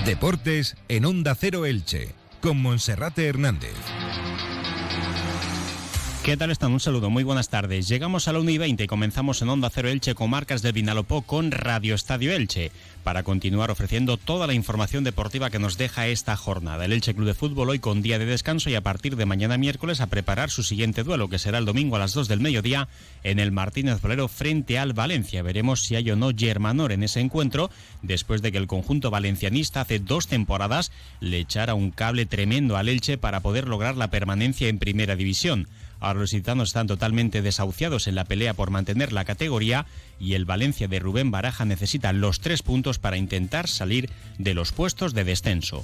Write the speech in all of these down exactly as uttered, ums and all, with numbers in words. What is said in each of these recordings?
Deportes en Onda Cero Elche, con Monserrate Hernández. ¿Qué tal están? Un saludo, muy buenas tardes. Llegamos a la una y veinte y comenzamos en Onda Cero Elche con Marcas del Vinalopó con Radio Estadio Elche, para continuar ofreciendo toda la información deportiva que nos deja esta jornada. El Elche Club de Fútbol hoy con día de descanso y a partir de mañana miércoles a preparar su siguiente duelo, que será el domingo a las dos del mediodía en el Martínez Valero frente al Valencia. Veremos si hay o no Germanor en ese encuentro, después de que el conjunto valencianista hace dos temporadas le echara un cable tremendo al Elche para poder lograr la permanencia en Primera División. Ahora los ilicitanos están totalmente desahuciados en la pelea por mantener la categoría y el Valencia de Rubén Baraja necesita los tres puntos para intentar salir de los puestos de descenso.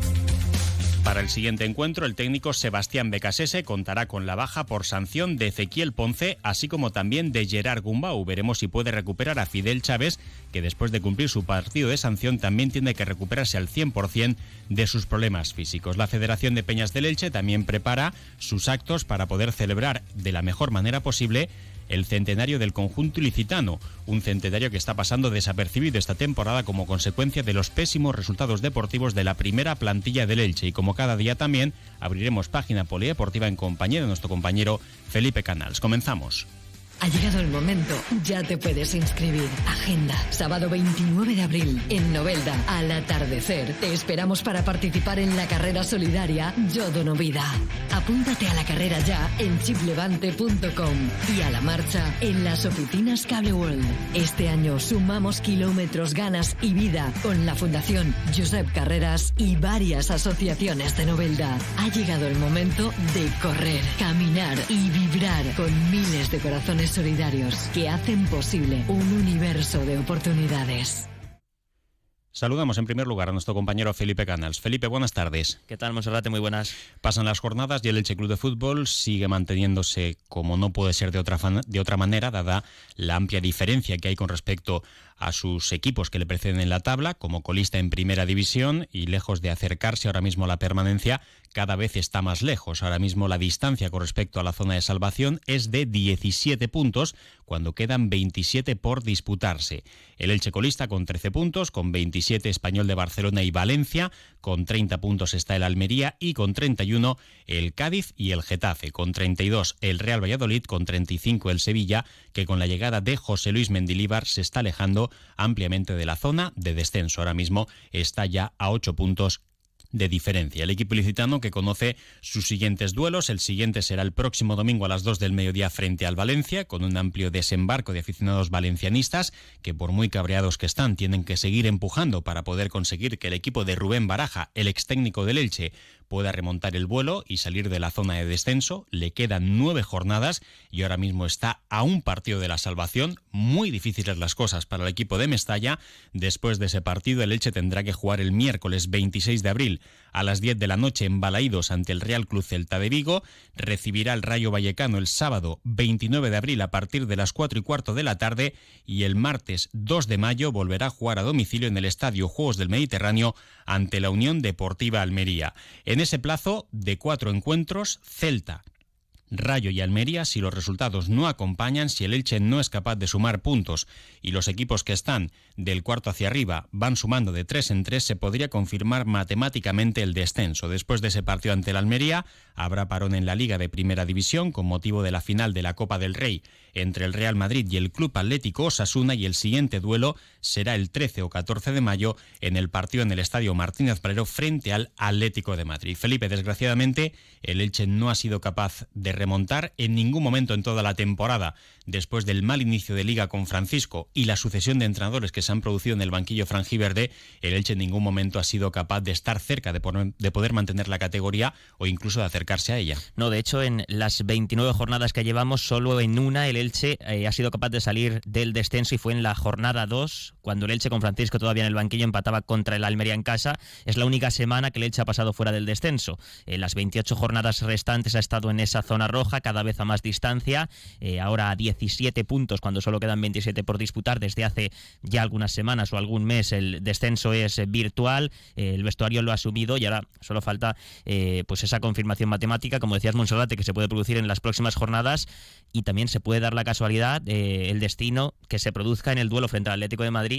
Para el siguiente encuentro, el técnico Sebastián Becasese contará con la baja por sanción de Ezequiel Ponce, así como también de Gerard Gumbau. Veremos si puede recuperar a Fidel Chávez, que después de cumplir su partido de sanción también tiene que recuperarse al cien por ciento de sus problemas físicos. La Federación de Peñas del Elche también prepara sus actos para poder celebrar de la mejor manera posible el centenario del conjunto ilicitano, un centenario que está pasando desapercibido esta temporada como consecuencia de los pésimos resultados deportivos de la primera plantilla del Elche. Y como cada día también abriremos página polideportiva en compañía de nuestro compañero Felipe Canals. Comenzamos. Ha llegado el momento, ya te puedes inscribir. Agenda, sábado veintinueve de abril, en Novelda, al atardecer. Te esperamos para participar en la carrera solidaria Yo Dono Vida. Apúntate a la carrera ya en chip levante punto com y a la marcha en las oficinas Cable World. Este año sumamos kilómetros, ganas y vida con la Fundación Josep Carreras y varias asociaciones de Novelda. Ha llegado el momento de correr, caminar y vibrar con miles de corazones solidarios que hacen posible un universo de oportunidades. Saludamos en primer lugar a nuestro compañero Felipe Canals. Felipe, buenas tardes. ¿Qué tal, Monserrate? Muy buenas. Pasan las jornadas y el Elche Club de Fútbol sigue manteniéndose como no puede ser de otra, fan, de otra manera, dada la amplia diferencia que hay con respecto a sus equipos que le preceden en la tabla, como colista en Primera División, y lejos de acercarse ahora mismo a la permanencia, cada vez está más lejos. Ahora mismo la distancia con respecto a la zona de salvación es de diecisiete puntos, cuando quedan veintisiete por disputarse. El Elche colista con trece puntos, con veintisiete Español de Barcelona y Valencia, con treinta puntos está el Almería y con treinta y uno el Cádiz y el Getafe, con treinta y dos el Real Valladolid, con treinta y cinco el Sevilla, que con la llegada de José Luis Mendilibar se está alejando ampliamente de la zona de descenso. Ahora mismo está ya a ocho puntos de diferencia. El equipo ilicitano, que conoce sus siguientes duelos, el siguiente será el próximo domingo a las dos del mediodía frente al Valencia, con un amplio desembarco de aficionados valencianistas que, por muy cabreados que están, tienen que seguir empujando para poder conseguir que el equipo de Rubén Baraja, el ex técnico del Elche, pueda remontar el vuelo y salir de la zona de descenso. Le quedan nueve jornadas y ahora mismo está a un partido de la salvación. Muy difíciles las cosas para el equipo de Mestalla. Después de ese partido, el Elche tendrá que jugar el miércoles veintiséis de abril a las diez de la noche en Balaídos ante el Real Club Celta de Vigo. Recibirá el Rayo Vallecano el sábado veintinueve de abril a partir de las cuatro y cuarto de la tarde, y el martes dos de mayo volverá a jugar a domicilio en el Estadio Juegos del Mediterráneo ante la Unión Deportiva Almería. En ese plazo de cuatro encuentros, Celta, Rayo y Almería, si los resultados no acompañan, si el Elche no es capaz de sumar puntos y los equipos que están del cuarto hacia arriba van sumando de tres en tres, se podría confirmar matemáticamente el descenso. Después de ese partido ante el Almería, habrá parón en la Liga de Primera División con motivo de la final de la Copa del Rey entre el Real Madrid y el Club Atlético Osasuna, y el siguiente duelo será el trece o catorce de mayo en el partido en el Estadio Martínez Valero frente al Atlético de Madrid. Felipe, desgraciadamente, el Elche no ha sido capaz de remontar en ningún momento en toda la temporada. Después del mal inicio de Liga con Francisco y la sucesión de entrenadores que se han producido en el banquillo franjiverde, el Elche en ningún momento ha sido capaz de estar cerca de poner, de poder mantener la categoría o incluso de acercarse a ella. No, de hecho, en las veintinueve jornadas que llevamos, solo en una el Elche eh, ha sido capaz de salir del descenso, y fue en la jornada dos, cuando el Elche con Francisco todavía en el banquillo empataba contra el Almería en casa. Es la única semana que el Elche ha pasado fuera del descenso. En las veintiocho jornadas restantes ha estado en esa zona roja, cada vez a más distancia, eh, ahora a diecisiete puntos cuando solo quedan veintisiete por disputar. Desde hace ya algunas semanas o algún mes el descenso es virtual, eh, el vestuario lo ha asumido y ahora solo falta eh, pues esa confirmación matemática, como decías, Monserrate, que se puede producir en las próximas jornadas, y también se puede dar la casualidad, eh, el destino, que se produzca en el duelo frente al Atlético de Madrid, que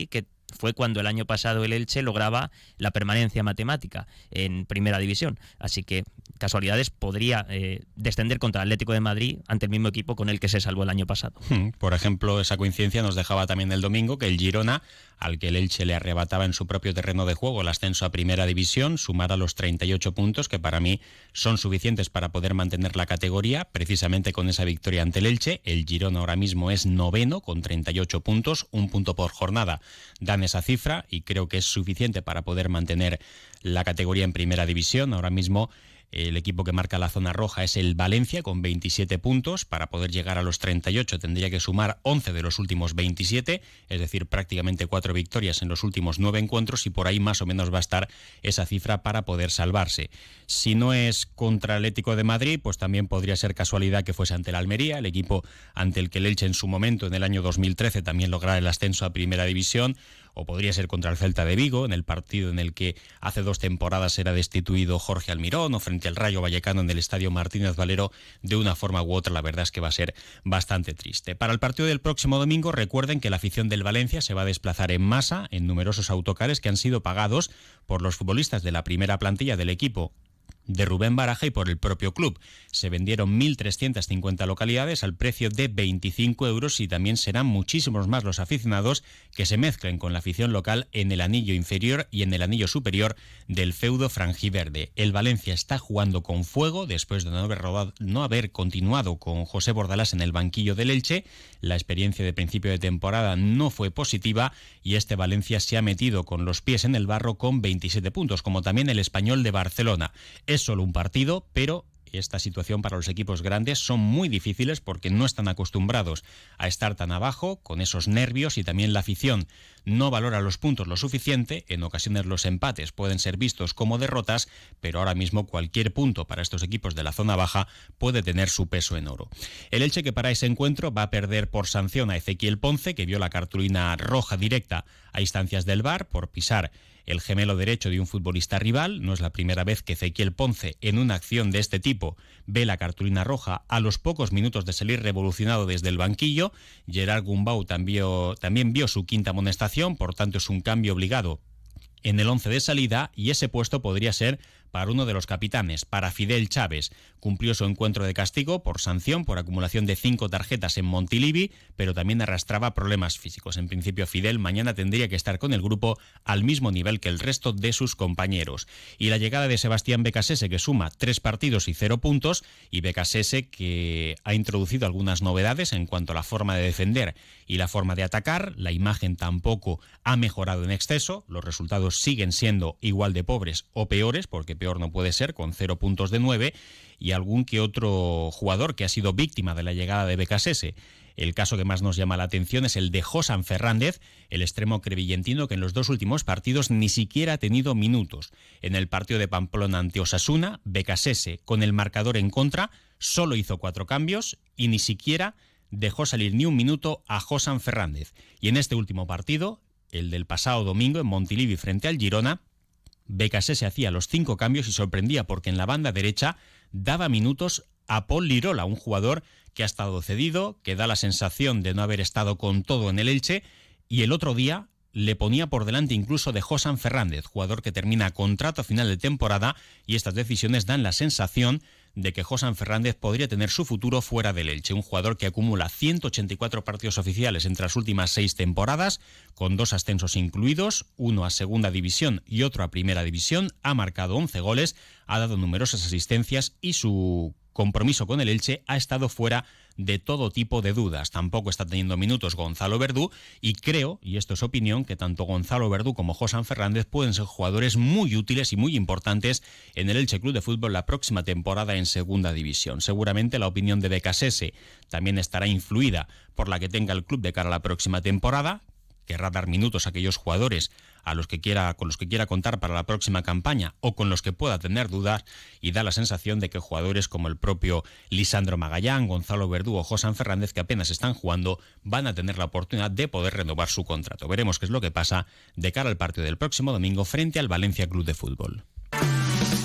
fue cuando el año pasado el Elche lograba la permanencia matemática en Primera División. Así que, casualidades, podría eh, descender contra el Atlético de Madrid ante el mismo equipo con el que se salvó el año pasado. Por ejemplo, esa coincidencia nos dejaba también el domingo que el Girona, al que el Elche le arrebataba en su propio terreno de juego el ascenso a Primera División, sumara los treinta y ocho puntos que para mí son suficientes para poder mantener la categoría. Precisamente con esa victoria ante el Elche, el Girona ahora mismo es noveno con treinta y ocho puntos, un punto por jornada dan esa cifra y creo que es suficiente para poder mantener la categoría en Primera División. Ahora mismo el equipo que marca la zona roja es el Valencia con veintisiete puntos. Para poder llegar a los treinta y ocho tendría que sumar once de los últimos veintisiete, es decir, prácticamente cuatro victorias en los últimos nueve encuentros, y por ahí más o menos va a estar esa cifra para poder salvarse. Si no es contra el Atlético de Madrid, pues también podría ser casualidad que fuese ante el Almería, el equipo ante el que el Elche en su momento, en el año dos mil trece, también lograra el ascenso a Primera División. O podría ser contra el Celta de Vigo, en el partido en el que hace dos temporadas era destituido Jorge Almirón, o frente al Rayo Vallecano en el Estadio Martínez Valero. De una forma u otra, la verdad es que va a ser bastante triste. Para el partido del próximo domingo, recuerden que la afición del Valencia se va a desplazar en masa en numerosos autocares que han sido pagados por los futbolistas de la primera plantilla del equipo de Rubén Baraja y por el propio club. Se vendieron mil trescientas cincuenta localidades al precio de veinticinco euros y también serán muchísimos más los aficionados que se mezclen con la afición local en el anillo inferior y en el anillo superior del feudo franjiverde. El Valencia está jugando con fuego después de no haber, rodado, no haber continuado con José Bordalás en el banquillo del Elche. La experiencia de principio de temporada no fue positiva y este Valencia se ha metido con los pies en el barro con veintisiete puntos, como también el Español de Barcelona. Es solo un partido, pero esta situación para los equipos grandes son muy difíciles porque no están acostumbrados a estar tan abajo, con esos nervios, y también la afición no valora los puntos lo suficiente. En ocasiones los empates pueden ser vistos como derrotas, pero ahora mismo cualquier punto para estos equipos de la zona baja puede tener su peso en oro. El Elche, que para ese encuentro va a perder por sanción a Ezequiel Ponce, que vio la cartulina roja directa a instancias del V A R por pisar el gemelo derecho de un futbolista rival. No es la primera vez que Ezequiel Ponce, en una acción de este tipo, ve la cartulina roja a los pocos minutos de salir revolucionado desde el banquillo. Gerard Gumbau también, también vio su quinta amonestación, por tanto es un cambio obligado en el once de salida, y ese puesto podría ser para uno de los capitanes, para Fidel Chávez. Cumplió su encuentro de castigo por sanción, por acumulación de cinco tarjetas en Montilivi, pero también arrastraba problemas físicos. En principio, Fidel mañana tendría que estar con el grupo al mismo nivel que el resto de sus compañeros. Y la llegada de Sebastián Becasese, que suma tres partidos y cero puntos, y Becasese, que ha introducido algunas novedades en cuanto a la forma de defender y la forma de atacar. La imagen tampoco ha mejorado en exceso, los resultados siguen siendo igual de pobres o peores, porque peor no puede ser, con cero puntos de nueve, y algún que otro jugador que ha sido víctima de la llegada de Becasese. El caso que más nos llama la atención es el de Josan Fernández, el extremo crevillentino, que en los dos últimos partidos ni siquiera ha tenido minutos. En el partido de Pamplona ante Osasuna, Becasese, con el marcador en contra, solo hizo cuatro cambios y ni siquiera dejó salir ni un minuto a Josan Fernández. Y en este último partido, el del pasado domingo en Montilivi frente al Girona, Becasese hacía los cinco cambios y sorprendía porque en la banda derecha daba minutos a Paul Lirola, un jugador que ha estado cedido, que da la sensación de no haber estado con todo en el Elche, y el otro día le ponía por delante incluso de Josan Fernández, jugador que termina contrato a final de temporada, y estas decisiones dan la sensación de que Josan Fernández podría tener su futuro fuera del Elche, un jugador que acumula ciento ochenta y cuatro partidos oficiales entre las últimas seis temporadas, con dos ascensos incluidos, uno a segunda división y otro a primera división, ha marcado once goles, ha dado numerosas asistencias y su compromiso con el Elche ha estado fuera de todo tipo de dudas. Tampoco está teniendo minutos Gonzalo Verdú, y creo, y esto es opinión, que tanto Gonzalo Verdú como Josan Fernández pueden ser jugadores muy útiles y muy importantes en el Elche Club de Fútbol la próxima temporada en segunda división. Seguramente la opinión de Becasese también estará influida por la que tenga el club de cara a la próxima temporada. Querrá dar minutos a aquellos jugadores a los que quiera, con los que quiera contar para la próxima campaña o con los que pueda tener dudas, y da la sensación de que jugadores como el propio Lisandro Magallán, Gonzalo Verdú o Josan Fernández, que apenas están jugando, van a tener la oportunidad de poder renovar su contrato. Veremos qué es lo que pasa de cara al partido del próximo domingo frente al Valencia Club de Fútbol.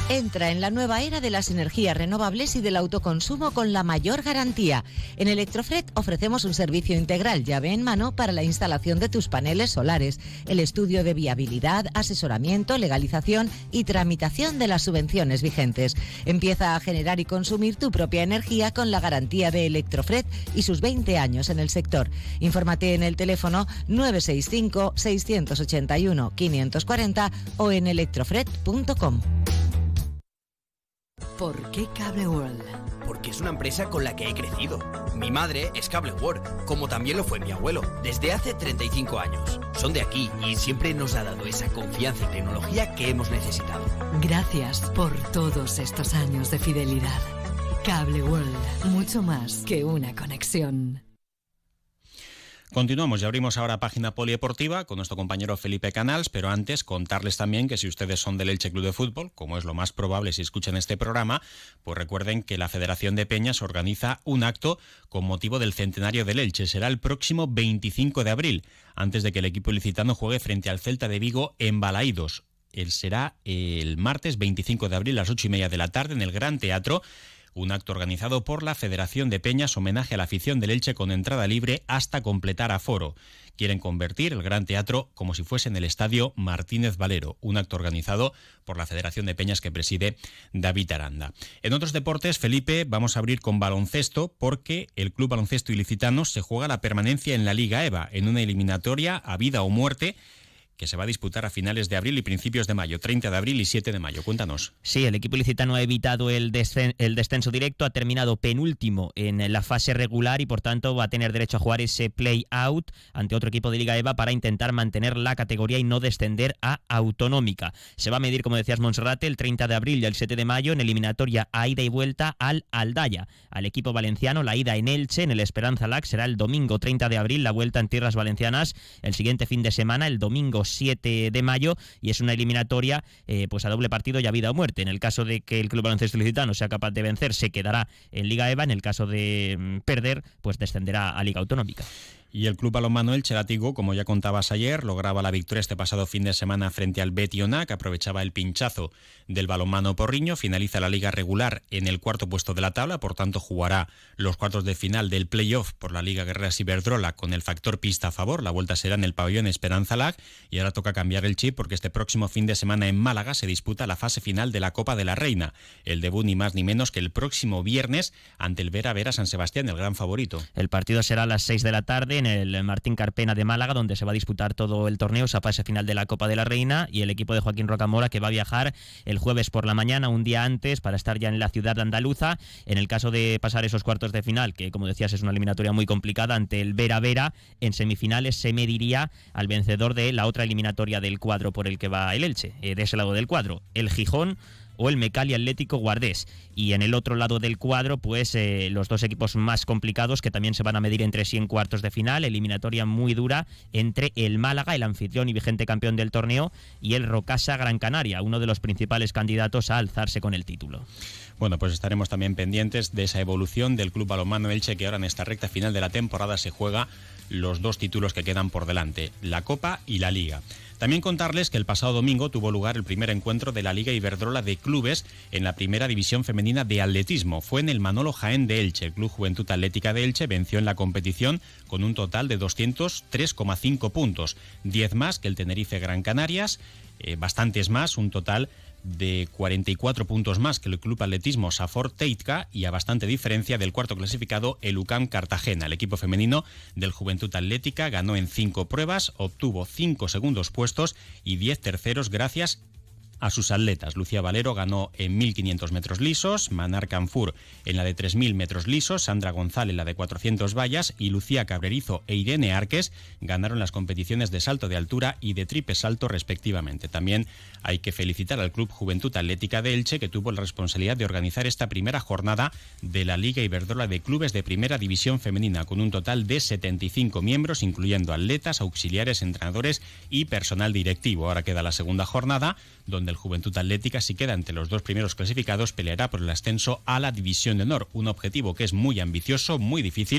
Entra en la nueva era de las energías renovables y del autoconsumo con la mayor garantía. En Electrofred ofrecemos un servicio integral llave en mano para la instalación de tus paneles solares, el estudio de viabilidad, asesoramiento, legalización y tramitación de las subvenciones vigentes. Empieza a generar y consumir tu propia energía con la garantía de Electrofred y sus veinte años en el sector. Infórmate en el teléfono nueve seis cinco, seis ocho uno, cinco cuatro cero o en electrofred punto com. ¿Por qué Cable World? Porque es una empresa con la que he crecido. Mi madre es Cable World, como también lo fue mi abuelo, desde hace treinta y cinco años. Son de aquí y siempre nos ha dado esa confianza y tecnología que hemos necesitado. Gracias por todos estos años de fidelidad. Cable World, mucho más que una conexión. Continuamos y abrimos ahora página polideportiva con nuestro compañero Felipe Canals, pero antes contarles también que si ustedes son del Elche Club de Fútbol, como es lo más probable si escuchan este programa, pues recuerden que la Federación de Peñas organiza un acto con motivo del centenario del Elche. Será el próximo veinticinco de abril, antes de que el equipo ilicitano juegue frente al Celta de Vigo en Balaídos. Él será el martes veinticinco de abril a las ocho y media de la tarde en el Gran Teatro. Un acto organizado por la Federación de Peñas, homenaje a la afición del Elche con entrada libre hasta completar aforo. Quieren convertir el Gran Teatro como si fuese en el Estadio Martínez Valero, un acto organizado por la Federación de Peñas que preside David Aranda. En otros deportes, Felipe, vamos a abrir con baloncesto porque el Club Baloncesto Ilicitano se juega la permanencia en la Liga EVA, en una eliminatoria a vida o muerte que se va a disputar a finales de abril y principios de mayo, treinta de abril y siete de mayo. Cuéntanos. Sí, el equipo ilicitano ha evitado el, descen- el descenso directo, ha terminado penúltimo en la fase regular y por tanto va a tener derecho a jugar ese play-out ante otro equipo de Liga EVA para intentar mantener la categoría y no descender a autonómica. Se va a medir, como decías, Monserrate, el treinta de abril y el siete de mayo en eliminatoria a ida y vuelta al Aldaya. Al equipo valenciano, la ida en Elche, en el Esperanza Lac, será el domingo treinta de abril, la vuelta en tierras valencianas el siguiente fin de semana, el domingo siete de mayo, y es una eliminatoria eh, pues a doble partido y a vida o muerte. En el caso de que el Club Baloncesto Ilicitano sea capaz de vencer, se quedará en Liga EVA. En el caso de mm, perder, pues descenderá a Liga Autonómica. Y el Club Balonmano Elche Látigo, como ya contabas ayer, lograba la victoria este pasado fin de semana frente al Betioná, que aprovechaba el pinchazo del balonmano Porriño. Finaliza la liga regular en el cuarto puesto de la tabla, por tanto jugará los cuartos de final del playoff por la Liga Guerreras Iberdrola con el factor pista a favor. La vuelta será en el pabellón Esperanza Lac y ahora toca cambiar el chip porque este próximo fin de semana en Málaga se disputa la fase final de la Copa de la Reina. El debut ni más ni menos que el próximo viernes ante el Vera Vera San Sebastián, el gran favorito. El partido será a las seis de la tarde en el Martín Carpena de Málaga, donde se va a disputar todo el torneo, esa fase final de la Copa de la Reina, y el equipo de Joaquín Rocamora que va a viajar el jueves por la mañana, un día antes, para estar ya en la ciudad andaluza. En el caso de pasar esos cuartos de final, que como decías es una eliminatoria muy complicada, ante el Vera Vera, en semifinales se mediría al vencedor de la otra eliminatoria del cuadro por el que va el Elche, eh, de ese lado del cuadro, el Gijón o el Mecali Atlético Guardés. Y en el otro lado del cuadro, pues eh, los dos equipos más complicados que también se van a medir entre sí en cuartos de final, eliminatoria muy dura entre el Málaga, el anfitrión y vigente campeón del torneo, y el Rocasa Gran Canaria, uno de los principales candidatos a alzarse con el título. Bueno, pues estaremos también pendientes de esa evolución del Club Balonmano Elche, que ahora en esta recta final de la temporada se juega los dos títulos que quedan por delante, la Copa y la Liga. También contarles que el pasado domingo tuvo lugar el primer encuentro de la Liga Iberdrola de Clubes en la primera división femenina de atletismo. Fue en el Manolo Jaén de Elche. El Club Juventud Atlética de Elche venció en la competición con un total de doscientos tres coma cinco puntos, diez más que el Tenerife Gran Canarias, eh, bastantes más, un total de cuarenta y cuatro puntos más que el Club Atletismo Safor Teitka y a bastante diferencia del cuarto clasificado, el U C A M Cartagena. El equipo femenino del Juventud Atlética ganó en cinco pruebas, obtuvo cinco segundos puestos y diez terceros gracias a sus atletas. Lucía Valero ganó en mil quinientos metros lisos, Manar Canfur en la de tres mil metros lisos, Sandra González en la de cuatrocientos vallas y Lucía Cabrerizo e Irene Arques ganaron las competiciones de salto de altura y de triple salto respectivamente. También hay que felicitar al Club Juventud Atlética de Elche, que tuvo la responsabilidad de organizar esta primera jornada de la Liga Iberdrola de Clubes de Primera División Femenina, con un total de setenta y cinco miembros, incluyendo atletas, auxiliares, entrenadores y personal directivo. Ahora queda la segunda jornada, donde el Juventud Atlética, si queda entre los dos primeros clasificados, peleará por el ascenso a la División de Honor, un objetivo que es muy ambicioso, muy difícil,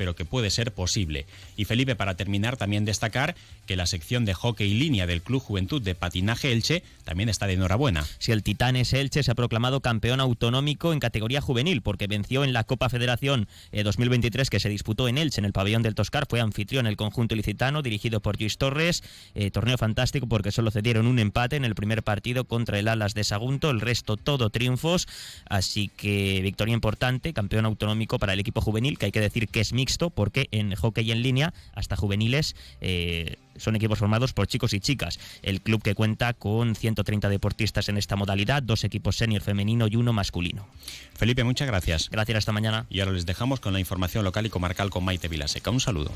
pero que puede ser posible. Y Felipe, para terminar, también destacar que la sección de hockey línea del Club Juventud de Patinaje Elche también está de enhorabuena. Si el Titanes Elche se ha proclamado campeón autonómico en categoría juvenil, porque venció en la Copa Federación eh, dos mil veintitrés que se disputó en Elche, en el pabellón del Toscar. Fue anfitrión el conjunto ilicitano, dirigido por Lluís Torres. Eh, torneo fantástico porque solo cedieron un empate en el primer partido contra el Alas de Sagunto, el resto todo triunfos, así que victoria importante, campeón autonómico para el equipo juvenil, que hay que decir que es mixto, porque en hockey en línea hasta juveniles eh, son equipos formados por chicos y chicas. El club que cuenta con ciento treinta deportistas en esta modalidad, dos equipos senior femenino y uno masculino. Felipe, muchas gracias. Gracias, hasta mañana. Y ahora les dejamos con la información local y comarcal con Maite Vilaseca. Un saludo.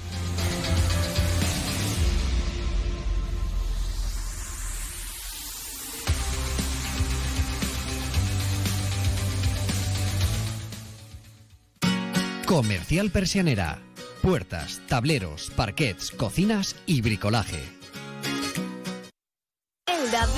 Comercial Persianera. Puertas, tableros, parquets, cocinas y bricolaje.